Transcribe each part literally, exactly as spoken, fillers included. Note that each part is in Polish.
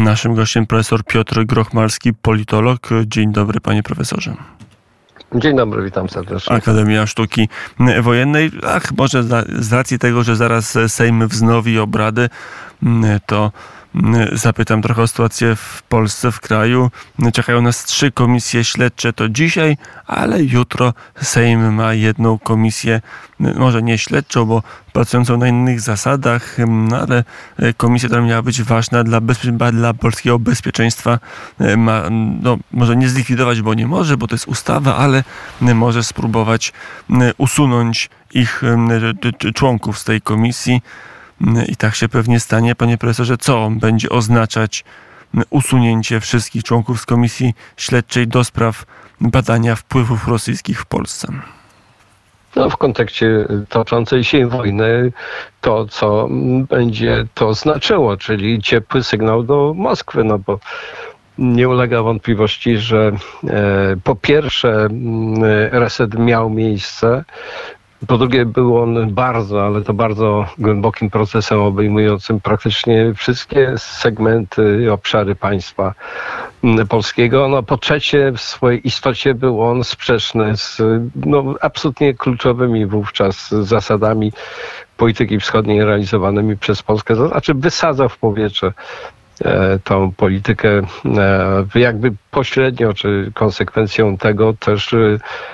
Naszym gościem profesor Piotr Grochmalski, politolog. Dzień dobry, panie profesorze. Dzień dobry, witam serdecznie. Akademia Sztuki Wojennej. Ach, może z racji tego, że zaraz Sejm wznowi obrady, to zapytam trochę o sytuację w Polsce, w kraju. Czekają nas trzy komisje śledcze, to dzisiaj, ale jutro Sejm ma jedną komisję, może nie śledczą, bo pracującą na innych zasadach, ale komisja, która miała być ważna dla, bezpie- dla polskiego bezpieczeństwa, ma, no, może nie zlikwidować, bo nie może, bo to jest ustawa, ale może spróbować usunąć ich członków z tej komisji. I tak się pewnie stanie, panie profesorze. Co będzie oznaczać usunięcie wszystkich członków z Komisji Śledczej do spraw badania wpływów rosyjskich w Polsce? No, w kontekście toczącej się wojny to, co będzie to znaczyło, czyli ciepły sygnał do Moskwy, no bo nie ulega wątpliwości, że e, po pierwsze e, reset miał miejsce. Po drugie, był on bardzo, ale to bardzo głębokim procesem obejmującym praktycznie wszystkie segmenty i obszary państwa polskiego. No, po trzecie, w swojej istocie był on sprzeczny z no, absolutnie kluczowymi wówczas zasadami polityki wschodniej realizowanymi przez Polskę. To znaczy wysadzał w powietrze e, tą politykę e, jakby pośrednio, czy konsekwencją tego też e,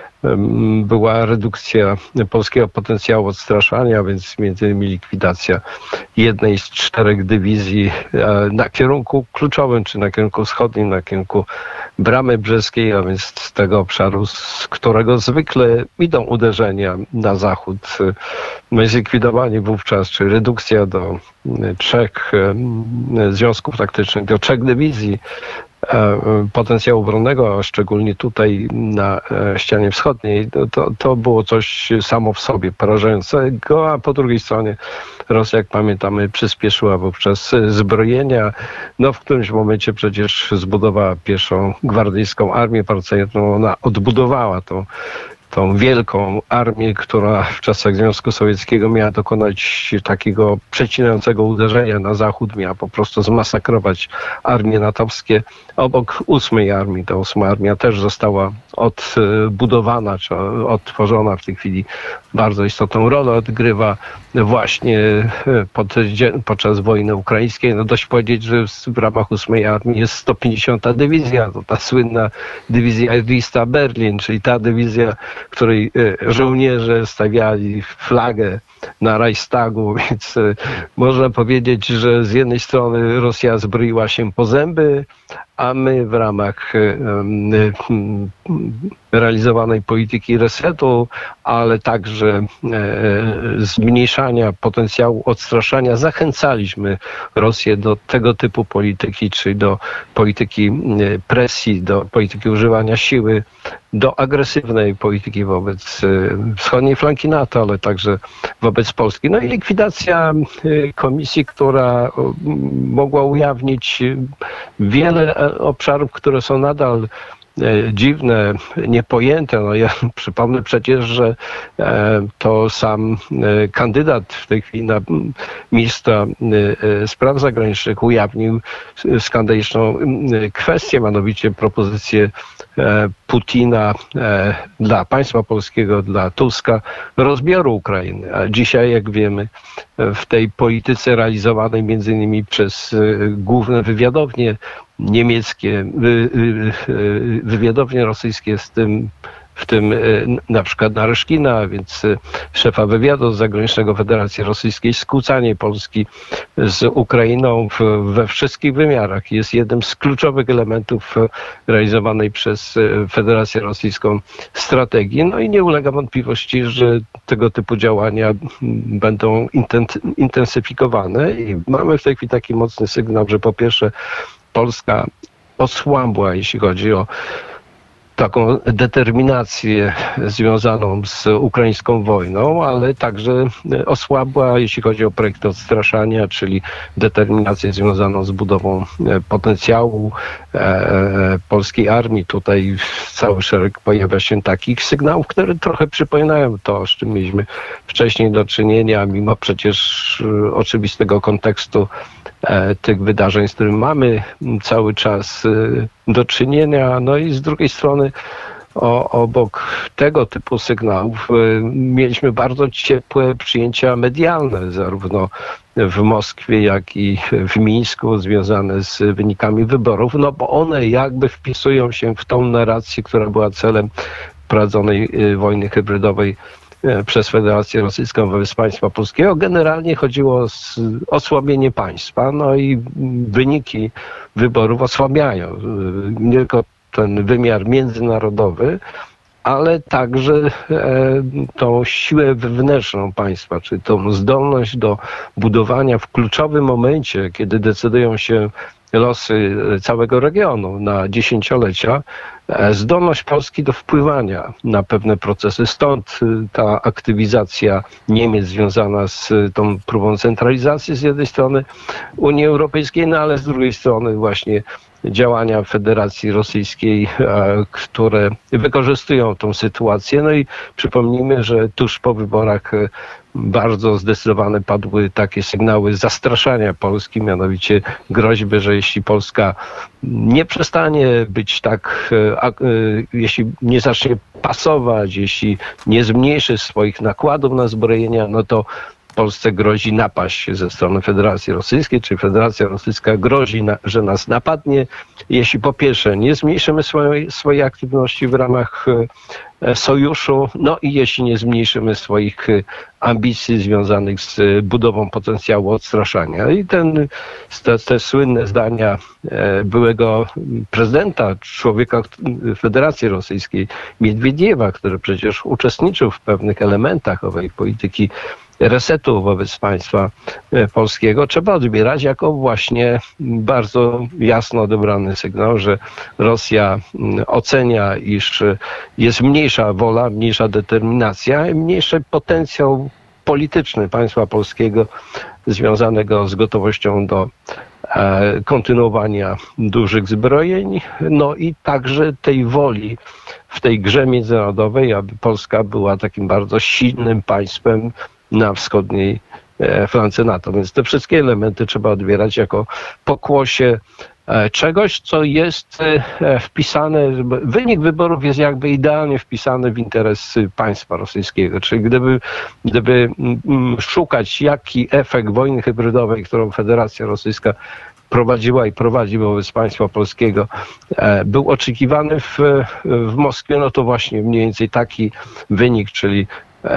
była redukcja polskiego potencjału odstraszania, więc między innymi likwidacja jednej z czterech dywizji na kierunku kluczowym, czy na kierunku wschodnim, na kierunku Bramy Brzeskiej, a więc z tego obszaru, z którego zwykle idą uderzenia na zachód. Zlikwidowanie wówczas, czy redukcja do trzech związków taktycznych, do trzech dywizji potencjału obronnego, a szczególnie tutaj na ścianie wschodniej, to, to było coś samo w sobie porażającego, a po drugiej stronie Rosja, jak pamiętamy, przyspieszyła wówczas zbrojenia. No w którymś momencie przecież zbudowała pierwszą gwardyjską armię partyzantom, ona odbudowała tą tą wielką armię, która w czasach Związku Sowieckiego miała dokonać takiego przecinającego uderzenia na zachód, miała po prostu zmasakrować armie natowskie obok ósmej armii. Ta ósma armia też została odbudowana, czy odtworzona w tej chwili. Bardzo istotną rolę odgrywa właśnie pod, podczas wojny ukraińskiej. No dość powiedzieć, że w ramach ósmej armii jest sto pięćdziesiąta dywizja, to ta słynna dywizja Erlista Berlin, czyli ta dywizja, której żołnierze stawiali flagę na Reichstagu, więc można powiedzieć, że z jednej strony Rosja zbroiła się po zęby, a my w ramach realizowanej polityki resetu, ale także zmniejszania potencjału odstraszania, zachęcaliśmy Rosję do tego typu polityki, czyli do polityki presji, do polityki używania siły, do agresywnej polityki wobec wschodniej flanki NATO, ale także wobec Polski. No i likwidacja komisji, która mogła ujawnić wiele obszarów, które są nadal dziwne, niepojęte. No ja przypomnę przecież, że to sam kandydat w tej chwili na ministra spraw zagranicznych ujawnił skandaliczną kwestię, mianowicie propozycję Putina dla państwa polskiego, dla Tuska rozbioru Ukrainy. A dzisiaj, jak wiemy, w tej polityce realizowanej między innymi przez główne wywiadownie niemieckie, wywiadownie rosyjskie, z tym, w tym na przykład Naryszkina, więc szefa wywiadu zagranicznego Federacji Rosyjskiej, skłócanie Polski z Ukrainą w, we wszystkich wymiarach jest jednym z kluczowych elementów realizowanej przez Federację Rosyjską strategii. No i nie ulega wątpliwości, że tego typu działania będą intensyfikowane i mamy w tej chwili taki mocny sygnał, że po pierwsze Polska osłabła, jeśli chodzi o taką determinację związaną z ukraińską wojną, ale także osłabła, jeśli chodzi o projekt odstraszania, czyli determinację związaną z budową potencjału e, polskiej armii. Tutaj cały szereg pojawia się takich sygnałów, które trochę przypominają to, z czym mieliśmy wcześniej do czynienia, mimo przecież oczywistego kontekstu tych wydarzeń, z którym mamy cały czas do czynienia. No i z drugiej strony O, obok tego typu sygnałów mieliśmy bardzo ciepłe przyjęcia medialne, zarówno w Moskwie, jak i w Mińsku, związane z wynikami wyborów, no bo one jakby wpisują się w tą narrację, która była celem prowadzonej wojny hybrydowej przez Federację Rosyjską wobec państwa polskiego. Generalnie chodziło o osłabienie państwa, no i wyniki wyborów osłabiają nie tylko ten wymiar międzynarodowy, ale także e, tą siłę wewnętrzną państwa, czyli tą zdolność do budowania w kluczowym momencie, kiedy decydują się losy całego regionu na dziesięciolecia, e, zdolność Polski do wpływania na pewne procesy. Stąd ta aktywizacja Niemiec związana z tą próbą centralizacji z jednej strony Unii Europejskiej, no ale z drugiej strony właśnie działania Federacji Rosyjskiej, które wykorzystują tą sytuację. No i przypomnijmy, że tuż po wyborach bardzo zdecydowane padły takie sygnały zastraszania Polski, mianowicie groźby, że jeśli Polska nie przestanie być tak, jeśli nie zacznie pasować, jeśli nie zmniejszy swoich nakładów na zbrojenia, no to Polsce grozi napaść ze strony Federacji Rosyjskiej, czyli Federacja Rosyjska grozi, na, że nas napadnie, jeśli po pierwsze nie zmniejszymy swojej, swojej aktywności w ramach e, sojuszu, no i jeśli nie zmniejszymy swoich ambicji związanych z budową potencjału odstraszania. I ten, te, te słynne zdania e, byłego prezydenta, człowieka Federacji Rosyjskiej, Miedwiediewa, który przecież uczestniczył w pewnych elementach owej polityki resetu wobec państwa polskiego, trzeba odbierać jako właśnie bardzo jasno odebrany sygnał, że Rosja ocenia, iż jest mniejsza wola, mniejsza determinacja, mniejszy potencjał polityczny państwa polskiego związanego z gotowością do kontynuowania dużych zbrojeń, no i także tej woli w tej grze międzynarodowej, aby Polska była takim bardzo silnym państwem na wschodniej flance NATO. Więc te wszystkie elementy trzeba odbierać jako pokłosie czegoś, co jest wpisane, wynik wyborów jest jakby idealnie wpisany w interes państwa rosyjskiego. Czyli gdyby, gdyby szukać, jaki efekt wojny hybrydowej, którą Federacja Rosyjska prowadziła i prowadzi wobec państwa polskiego, był oczekiwany w, w Moskwie, no to właśnie mniej więcej taki wynik, czyli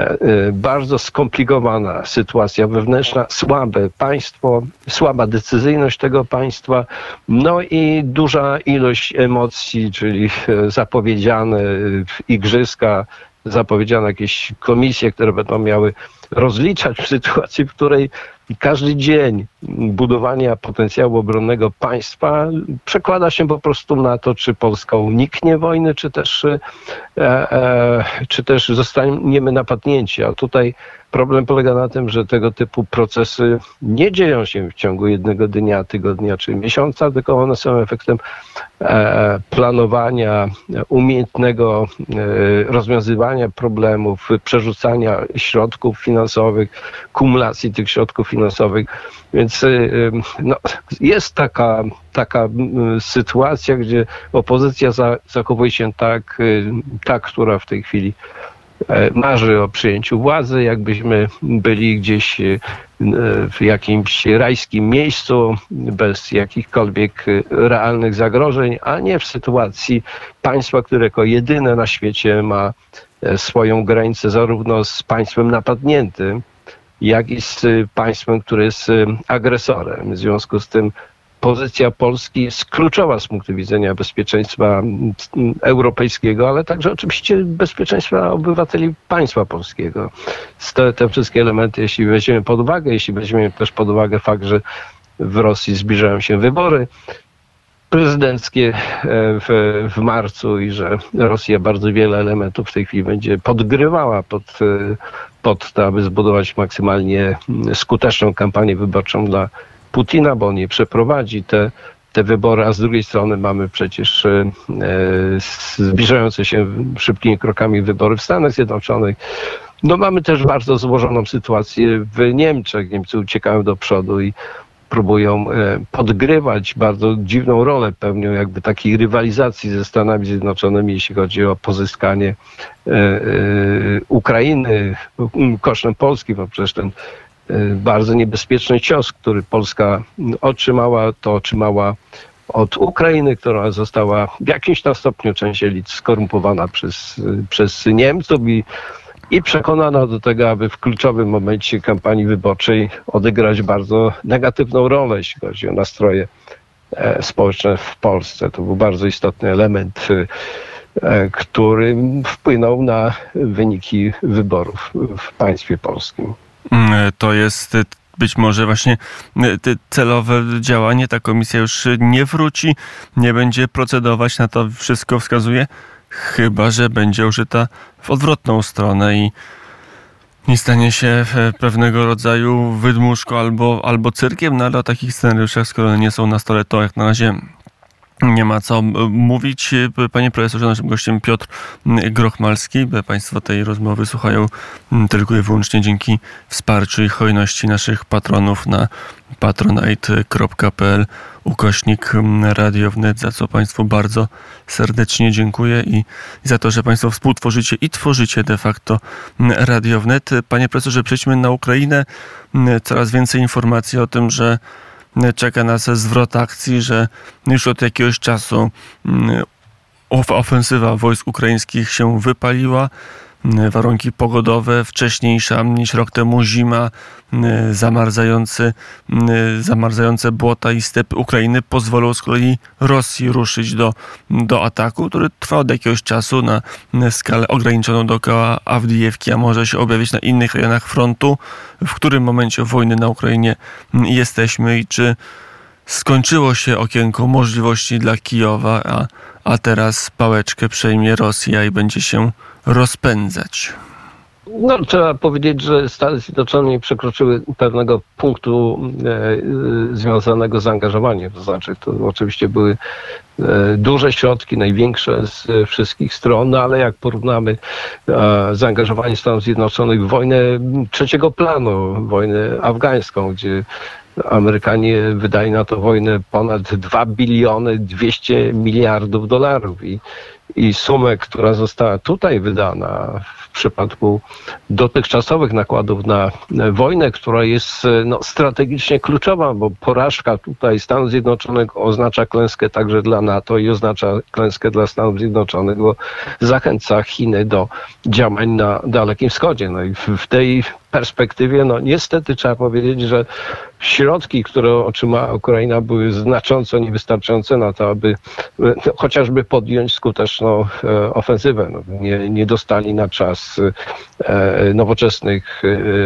bardzo skomplikowana sytuacja wewnętrzna, słabe państwo, słaba decyzyjność tego państwa, no i duża ilość emocji, czyli zapowiedziane igrzyska, zapowiedziane jakieś komisje, które będą miały rozliczać w sytuacji, w której każdy dzień budowania potencjału obronnego państwa przekłada się po prostu na to, czy Polska uniknie wojny, czy też, e, e, czy też zostaniemy napadnięci. A tutaj problem polega na tym, że tego typu procesy nie dzieją się w ciągu jednego dnia, tygodnia czy miesiąca, tylko one są efektem e, planowania, umiejętnego e, rozwiązywania problemów, przerzucania środków finansowych, kumulacji tych środków finansowych. Więc no, jest taka, taka sytuacja, gdzie opozycja za, zachowuje się tak, ta, która w tej chwili marzy o przyjęciu władzy, jakbyśmy byli gdzieś w jakimś rajskim miejscu, bez jakichkolwiek realnych zagrożeń, a nie w sytuacji państwa, które jako jedyne na świecie ma swoją granicę zarówno z państwem napadniętym, jak i z państwem, które jest agresorem. W związku z tym pozycja Polski jest kluczowa z punktu widzenia bezpieczeństwa europejskiego, ale także oczywiście bezpieczeństwa obywateli państwa polskiego. Te, te wszystkie elementy, jeśli weźmiemy pod uwagę, jeśli weźmiemy też pod uwagę fakt, że w Rosji zbliżają się wybory prezydenckie w, w marcu i że Rosja bardzo wiele elementów w tej chwili będzie podgrywała pod, pod to, aby zbudować maksymalnie skuteczną kampanię wyborczą dla Putina, bo on je przeprowadzi te, te wybory, a z drugiej strony mamy przecież e, zbliżające się szybkimi krokami wybory w Stanach Zjednoczonych. No mamy też bardzo złożoną sytuację w Niemczech. Niemcy uciekają do przodu i próbują podgrywać, bardzo dziwną rolę pełnią jakby takiej rywalizacji ze Stanami Zjednoczonymi, jeśli chodzi o pozyskanie Ukrainy kosztem Polski, bo przecież ten bardzo niebezpieczny cios, który Polska otrzymała, to otrzymała od Ukrainy, która została w jakimś tam stopniu część elit skorumpowana przez, przez Niemców i, i przekonana do tego, aby w kluczowym momencie kampanii wyborczej odegrać bardzo negatywną rolę, jeśli chodzi o nastroje społeczne w Polsce. To był bardzo istotny element, który wpłynął na wyniki wyborów w państwie polskim. To jest być może właśnie celowe działanie. Ta komisja już nie wróci, nie będzie procedować, na to wszystko wskazuje, chyba że będzie użyta w odwrotną stronę i, i stanie się pewnego rodzaju wydmuszką albo, albo cyrkiem, no ale o takich scenariuszach, skoro one nie są na stole, to jak na razie nie ma co mówić. Panie profesorze, naszym gościem Piotr Grochmalski. Państwo tej rozmowy słuchają tylko i wyłącznie dzięki wsparciu i hojności naszych patronów na patronite.pl ukośnik Radio Wnet, za co Państwu bardzo serdecznie dziękuję i za to, że Państwo współtworzycie i tworzycie de facto Radio Wnet. Panie profesorze, przejdźmy na Ukrainę. Coraz więcej informacji o tym, że czeka nas zwrot akcji, że już od jakiegoś czasu ofensywa wojsk ukraińskich się wypaliła. Warunki pogodowe, wcześniejsza niż rok temu zima, zamarzający, zamarzające błota i stepy Ukrainy pozwolą z kolei Rosji ruszyć do, do ataku, który trwa od jakiegoś czasu na skalę ograniczoną dookoła Awdijewki, a może się objawić na innych rejonach frontu. W którym momencie wojny na Ukrainie jesteśmy i czy skończyło się okienko możliwości dla Kijowa, a, a teraz pałeczkę przejmie Rosja i będzie się rozpędzać? No, trzeba powiedzieć, że Stany Zjednoczone nie przekroczyły pewnego punktu e, związanego z zaangażowaniem. To znaczy, to oczywiście były e, duże środki, największe z wszystkich stron, no, ale jak porównamy e, zaangażowanie Stanów Zjednoczonych w wojnę trzeciego planu, wojnę afgańską, gdzie Amerykanie wydali na to wojnę ponad dwa biliony dwieście miliardów dolarów i, i sumę, która została tutaj wydana w przypadku dotychczasowych nakładów na wojnę, która jest no, strategicznie kluczowa, bo porażka tutaj Stanów Zjednoczonych oznacza klęskę także dla NATO i oznacza klęskę dla Stanów Zjednoczonych, bo zachęca Chiny do działań na Dalekim Wschodzie. No i w, w tej perspektywie, no niestety trzeba powiedzieć, że środki, które otrzymała Ukraina, były znacząco niewystarczające na to, aby no, chociażby podjąć skuteczną e, ofensywę. No, nie, nie dostali na czas e, nowoczesnych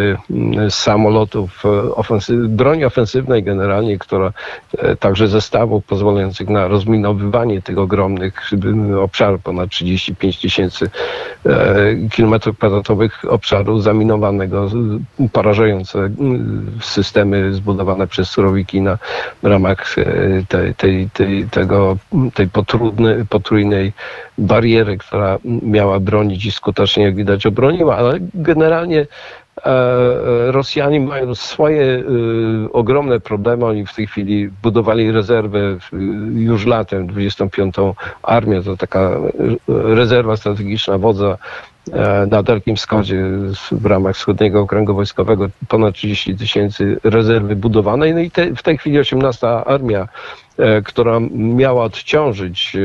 e, samolotów, ofensyw, broni ofensywnej generalnie, która e, także zestawów pozwalających na rozminowywanie tych ogromnych obszarów, ponad trzydzieści pięć tysięcy e, kilometrów kwadratowych obszaru zaminowanego, porażające systemy zbudowane przez surowiki na ramach tej, tej, tej, tego, tej potrudny, potrójnej bariery, która miała bronić i skutecznie, jak widać, obroniła, ale generalnie Rosjanie mają swoje y, ogromne problemy. Oni w tej chwili budowali rezerwę już latem, dwudziestą piątą Armię, to taka rezerwa strategiczna wodza na Dalekim Wschodzie w ramach Wschodniego Okręgu Wojskowego, ponad trzydzieści tysięcy rezerwy budowanej. No i te, w tej chwili osiemnasta Armia, która miała odciążyć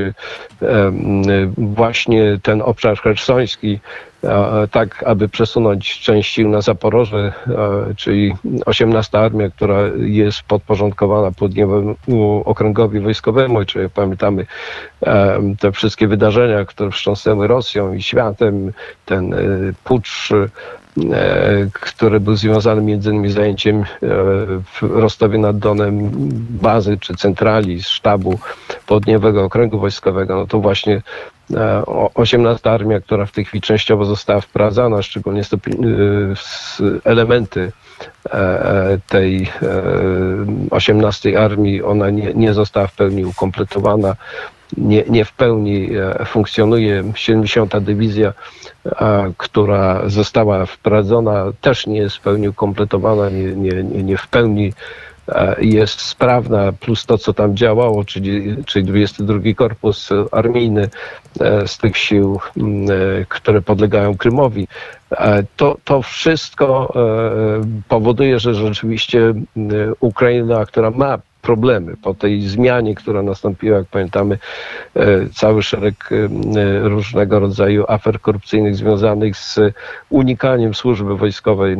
właśnie ten obszar chersoński, tak aby przesunąć część sił na Zaporoże, czyli osiemnasta Armia, która jest podporządkowana Południowemu Okręgowi Wojskowemu, czyli jak pamiętamy te wszystkie wydarzenia, które wstrząsnęły Rosją i światem, ten pucz, który był związany między innymi z zajęciem w Rostowie nad Donem bazy czy centrali sztabu Południowego Okręgu Wojskowego, no to właśnie osiemnasta Armia, która w tej chwili częściowo została wprowadzana, szczególnie elementy tej osiemnastej Armii, ona nie, nie została w pełni ukompletowana. Nie, nie w pełni funkcjonuje. siedemdziesiąta Dywizja, która została wprowadzona, też nie jest w pełni ukompletowana, nie, nie, nie w pełni jest sprawna, plus to, co tam działało, czyli, czyli dwudziesty drugi Korpus Armijny z tych sił, które podlegają Krymowi. To, to wszystko powoduje, że rzeczywiście Ukraina, która ma problemy po tej zmianie, która nastąpiła, jak pamiętamy, cały szereg różnego rodzaju afer korupcyjnych związanych z unikaniem służby wojskowej,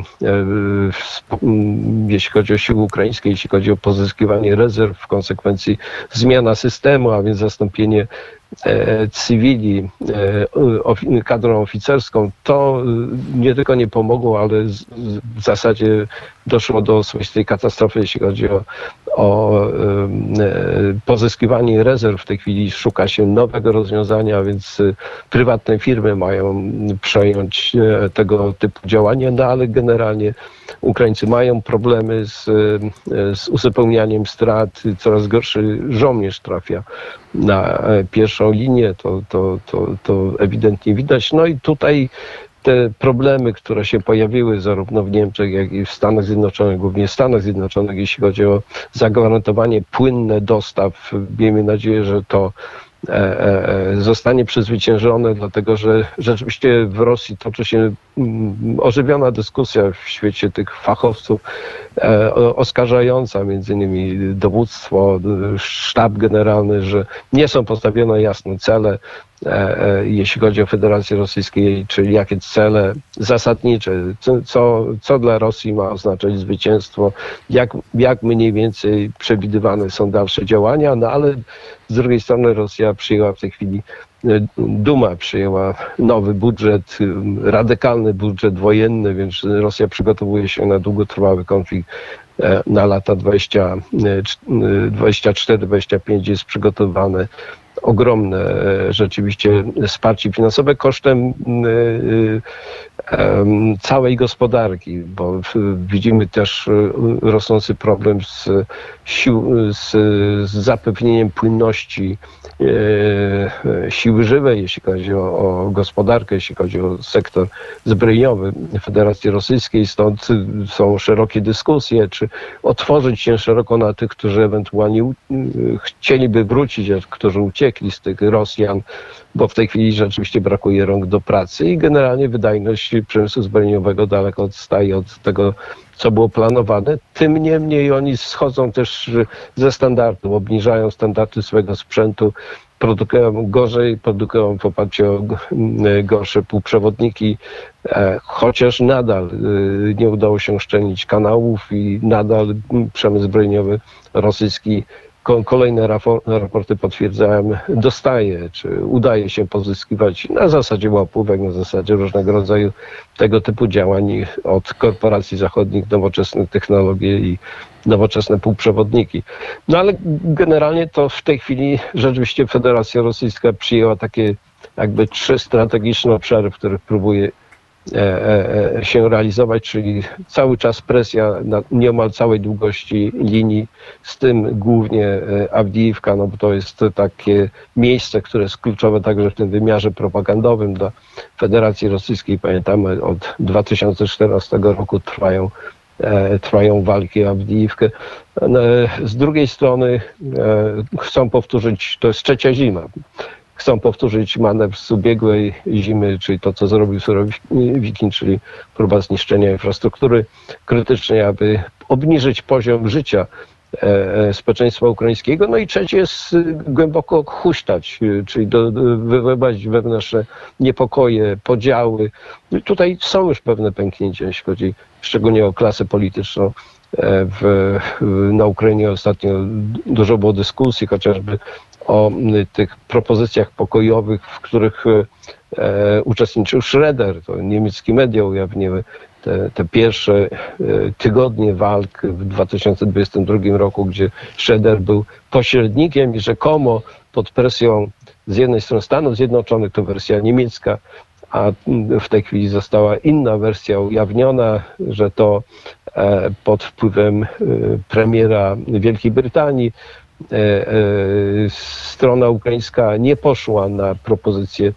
jeśli chodzi o siły ukraińskie, jeśli chodzi o pozyskiwanie rezerw, w konsekwencji zmiana systemu, a więc zastąpienie cywili kadrą oficerską, to nie tylko nie pomogło, ale w zasadzie doszło do swoistej katastrofy, jeśli chodzi o, o pozyskiwanie rezerw. W tej chwili szuka się nowego rozwiązania, więc prywatne firmy mają przejąć tego typu działania, no ale generalnie Ukraińcy mają problemy z, z uzupełnianiem strat. Coraz gorszy żołnierz trafia na pierwszą linię, to, to, to, to ewidentnie widać. No i tutaj te problemy, które się pojawiły zarówno w Niemczech, jak i w Stanach Zjednoczonych, głównie w Stanach Zjednoczonych, jeśli chodzi o zagwarantowanie płynne dostaw. Miejmy nadzieję, że to zostanie przezwyciężone, dlatego że rzeczywiście w Rosji toczy się ożywiona dyskusja w świecie tych fachowców, oskarżająca między innymi dowództwo, sztab generalny, że nie są postawione jasne cele, jeśli chodzi o Federację Rosyjską, czyli jakie cele zasadnicze, co, co dla Rosji ma oznaczać zwycięstwo, jak, jak mniej więcej przewidywane są dalsze działania, no ale z drugiej strony Rosja przyjęła w tej chwili, Duma przyjęła nowy budżet, radykalny budżet wojenny, więc Rosja przygotowuje się na długotrwały konflikt na lata dwadzieścia cztery dwadzieścia pięć, jest przygotowane ogromne rzeczywiście wsparcie finansowe kosztem całej gospodarki, bo widzimy też rosnący problem z, sił, z, z zapewnieniem płynności siły żywej, jeśli chodzi o, o gospodarkę, jeśli chodzi o sektor zbrojeniowy Federacji Rosyjskiej. Stąd są szerokie dyskusje, czy otworzyć się szeroko na tych, którzy ewentualnie chcieliby wrócić, a którzy uciekli z tych Rosjan, bo w tej chwili rzeczywiście brakuje rąk do pracy i generalnie wydajność przemysłu zbrojeniowego daleko odstaje od tego, co było planowane. Tym niemniej oni schodzą też ze standardu, obniżają standardy swojego sprzętu, produkują gorzej, produkują w oparciu o gorsze półprzewodniki, chociaż nadal nie udało się szczelić kanałów i nadal przemysł zbrojeniowy rosyjski, kolejne raporty potwierdzają, dostaje, czy udaje się pozyskiwać na zasadzie łapówek, na zasadzie różnego rodzaju tego typu działań od korporacji zachodnich, nowoczesne technologie i nowoczesne półprzewodniki. No ale generalnie to w tej chwili rzeczywiście Federacja Rosyjska przyjęła takie jakby trzy strategiczne obszary, w których próbuje się realizować, czyli cały czas presja na nieomal całej długości linii, z tym głównie Awdijiwka, no bo to jest takie miejsce, które jest kluczowe także w tym wymiarze propagandowym dla Federacji Rosyjskiej. Pamiętamy, od dwa tysiące czternastego roku trwają, trwają walki o Awdijiwkę. Z drugiej strony chcą powtórzyć, to jest trzecia zima, chcą powtórzyć manewr z ubiegłej zimy, czyli to, co zrobił Surowikin, czyli próba zniszczenia infrastruktury krytycznej, aby obniżyć poziom życia społeczeństwa ukraińskiego. No i trzecie jest głęboko huśtać, czyli do, wywoływać wewnętrzne niepokoje, podziały. I tutaj są już pewne pęknięcia, jeśli chodzi szczególnie o klasę polityczną. W, na Ukrainie ostatnio dużo było dyskusji, chociażby o tych propozycjach pokojowych, w których e, uczestniczył Schroeder. To niemieckie media ujawniły te, te pierwsze e, tygodnie walk w dwa tysiące dwudziestym drugim roku, gdzie Schroeder był pośrednikiem i rzekomo pod presją z jednej strony Stanów Zjednoczonych, to wersja niemiecka, a w tej chwili została inna wersja ujawniona, że to e, pod wpływem e, premiera Wielkiej Brytanii strona ukraińska nie poszła na propozycje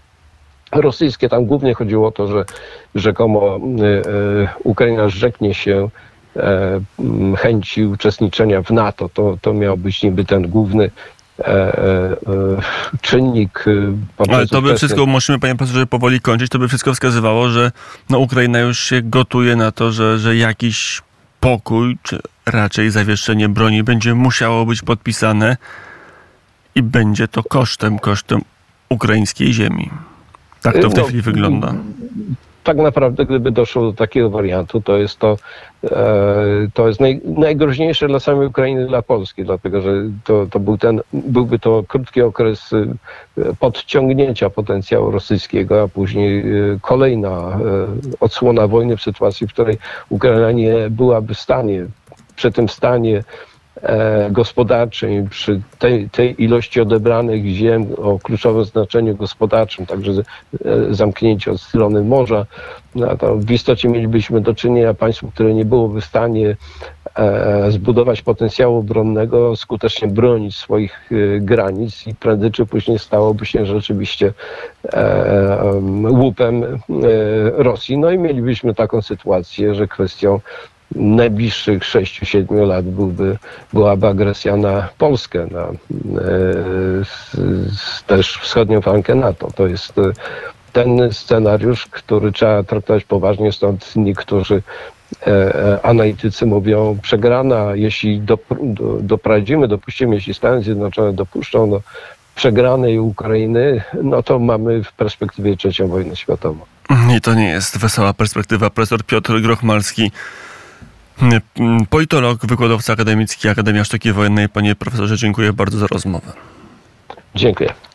rosyjskie. Tam głównie chodziło o to, że rzekomo Ukraina zrzeknie się chęci uczestniczenia w NATO. To, to miał być niby ten główny e, e, czynnik. Ale to by wszystko, musimy, panie profesorze, powoli kończyć, to by wszystko wskazywało, że no, Ukraina już się gotuje na to, że, że jakiś pokój, czy raczej zawieszenie broni będzie musiało być podpisane i będzie to kosztem, kosztem ukraińskiej ziemi. Tak to w tej no, chwili wygląda. Tak naprawdę, gdyby doszło do takiego wariantu, to jest to, e, to jest naj, najgroźniejsze dla samej Ukrainy, dla Polski, dlatego że to, to był ten, byłby to krótki okres podciągnięcia potencjału rosyjskiego, a później e, kolejna e, odsłona wojny w sytuacji, w której Ukraina nie byłaby w stanie, przy tym stanie gospodarczym, przy tej, tej ilości odebranych ziem o kluczowym znaczeniu gospodarczym, także zamknięcie od strony morza, no to w istocie mielibyśmy do czynienia państwu, które nie byłoby w stanie zbudować potencjału obronnego, skutecznie bronić swoich granic i prędzej czy później stałoby się rzeczywiście łupem Rosji. No i mielibyśmy taką sytuację, że kwestią najbliższych sześciu siedmiu lat byłby, byłaby agresja na Polskę, na e, s, też wschodnią flankę NATO. To jest ten scenariusz, który trzeba traktować poważnie, stąd niektórzy e, analitycy mówią przegrana. Jeśli do, do, doprowadzimy, dopuścimy, jeśli Stany Zjednoczone dopuszczą do przegranej Ukrainy, no to mamy w perspektywie trzecią wojnę światową. I to nie jest wesoła perspektywa. Profesor Piotr Grochmalski, politolog, wykładowca akademicki, Akademia Sztuki Wojennej. Panie profesorze, dziękuję bardzo za rozmowę. Dziękuję.